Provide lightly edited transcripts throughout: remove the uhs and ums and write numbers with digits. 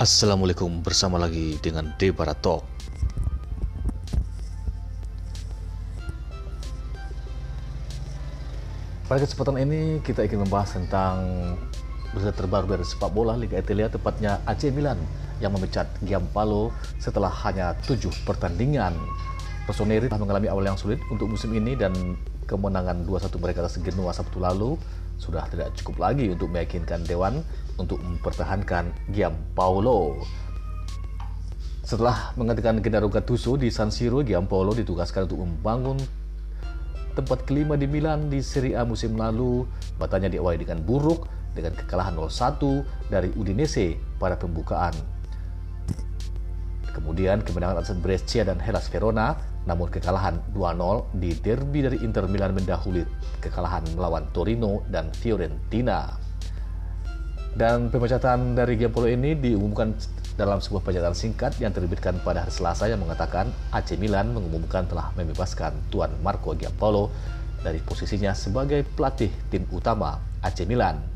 Assalamualaikum, bersama lagi dengan Debara Talk. Pada kesempatan ini kita ingin membahas tentang berita terbaru dari sepak bola Liga Italia, tepatnya AC Milan yang memecat Giampaolo setelah hanya 7 pertandingan. Rossoneri telah mengalami awal yang sulit untuk musim ini dan kemenangan 2-1 mereka atas Genoa Sabtu lalu sudah tidak cukup lagi untuk meyakinkan Dewan untuk mempertahankan Giampaolo. Setelah menggantikan Gennaro Gattuso di San Siro, Giampaolo ditugaskan untuk membangun tempat kelima di Milan di Serie A musim lalu. Batanya diawali dengan buruk dengan kekalahan 0-1 dari Udinese pada pembukaan. Kemudian kemenangan atas Brescia dan Hellas Verona, namun kekalahan 2-0 di derby dari Inter Milan mendahului kekalahan melawan Torino dan Fiorentina. Dan pemecatan dari Giampaolo ini diumumkan dalam sebuah pernyataan singkat yang terbitkan pada hari Selasa yang mengatakan AC Milan mengumumkan telah membebaskan Tuan Marco Giampaolo dari posisinya sebagai pelatih tim utama AC Milan.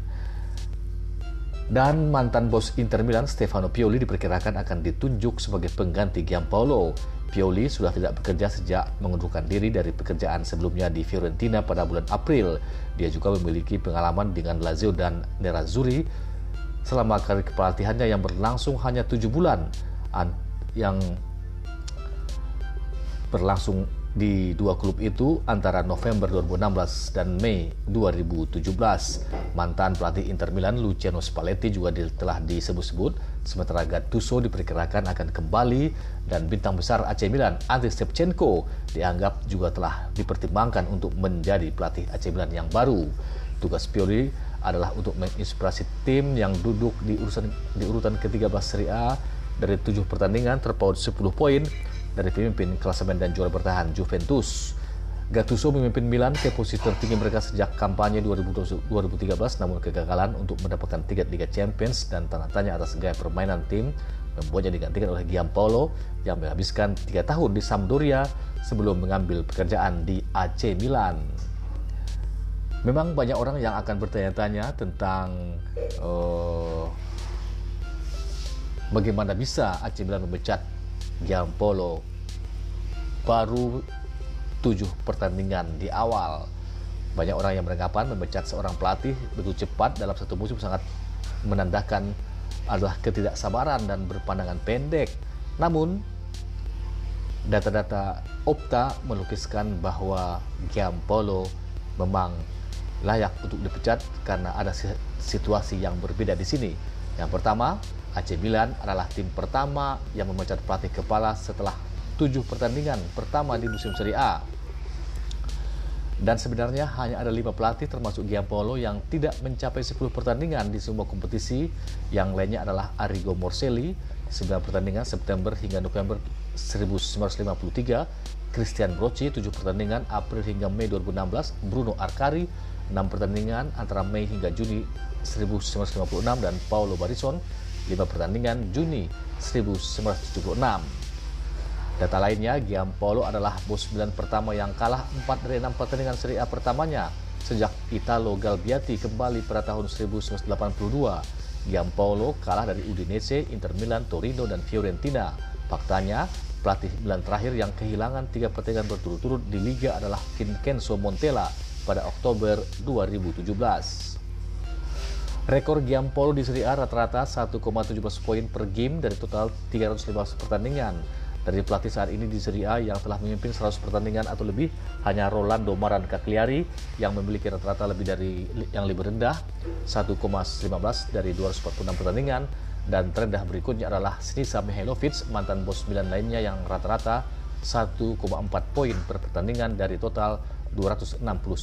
Dan mantan bos Inter Milan Stefano Pioli diperkirakan akan ditunjuk sebagai pengganti Giampaolo. Pioli sudah tidak bekerja sejak mengundurkan diri dari pekerjaan sebelumnya di Fiorentina pada bulan April. Dia juga memiliki pengalaman dengan Lazio dan Nerazzurri selama karir kepelatihannya yang berlangsung hanya 7 bulan, yang berlangsung di dua klub itu antara November 2016 dan Mei 2017. Mantan pelatih Inter Milan Luciano Spalletti juga telah disebut-sebut, sementara Gattuso diperkirakan akan kembali dan bintang besar AC Milan Andriy Shevchenko dianggap juga telah dipertimbangkan untuk menjadi pelatih AC Milan yang baru. Tugas Pioli adalah untuk menginspirasi tim yang duduk di urutan ke-13 Serie A dari 7 pertandingan terpaut 10 poin dari pemimpin klasemen dan juara bertahan Juventus. Gattuso memimpin Milan ke posisi tertinggi mereka sejak kampanye 2013, namun kegagalan untuk mendapatkan tiket Liga Champions dan tanda tanya atas gaya permainan tim membuatnya digantikan oleh Giampaolo yang menghabiskan 3 tahun di Sampdoria sebelum mengambil pekerjaan di AC Milan. Memang banyak orang yang akan bertanya-tanya tentang bagaimana bisa AC Milan memecat Giampaolo baru 7 pertandingan di awal. Banyak orang yang beranggapan memecat seorang pelatih begitu cepat dalam satu musim sangat menandakan adalah ketidaksabaran dan berpandangan pendek. Namun data-data Opta melukiskan bahwa Giampaolo memang layak untuk dipecat karena ada situasi yang berbeda di sini. Yang pertama, AC Milan adalah tim pertama yang memecat pelatih kepala setelah 7 pertandingan pertama di musim Serie A. Dan sebenarnya hanya ada 5 pelatih termasuk Giampaolo yang tidak mencapai 10 pertandingan di semua kompetisi. Yang lainnya adalah Arrigo Morcelli 9 pertandingan September hingga November 1953, Christian Brocchi 7 pertandingan April hingga Mei 2016, Bruno Arcari 6 pertandingan antara Mei hingga Juni 1956, dan Paolo Barison 5 pertandingan Juni 1976. Data lainnya, Giampaolo adalah bos Milan pertama yang kalah 4 dari 6 pertandingan Serie A pertamanya sejak Italo Galbiati kembali pada tahun 1982. Giampaolo kalah dari Udinese, Inter Milan, Torino, dan Fiorentina. Faktanya, pelatih Milan terakhir yang kehilangan 3 pertandingan berturut-turut di Liga adalah Vincenzo Montella pada Oktober 2017. Rekor Giampaolo di Serie A rata-rata 1,17 poin per game dari total 315 pertandingan. Dari pelatih saat ini di Serie A yang telah memimpin 100 pertandingan atau lebih, hanya Rolando Maran Cagliari yang memiliki rata-rata lebih rendah 1,15 dari 246 pertandingan, dan terendah berikutnya adalah Sinisa Mihajlovic, mantan bos Milan lainnya, yang rata-rata 1,4 poin per pertandingan dari total 269.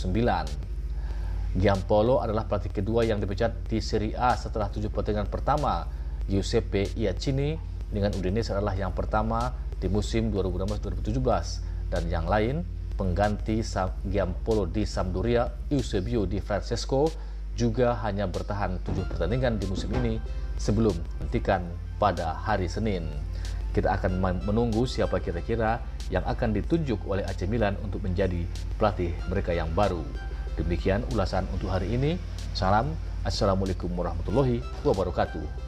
Giampaolo adalah pelatih kedua yang dipecat di Serie A setelah 7 pertandingan pertama. Giuseppe Iaccini dengan Udinese adalah yang pertama di musim 2016-2017, dan yang lain pengganti Giampaolo di Sampdoria, Eusebio Di Francesco, juga hanya bertahan 7 pertandingan di musim ini sebelum dihentikan pada hari Senin. Kita akan menunggu siapa kira-kira yang akan ditunjuk oleh AC Milan untuk menjadi pelatih mereka yang baru. Demikian ulasan untuk hari ini. Salam, assalamualaikum warahmatullahi wabarakatuh.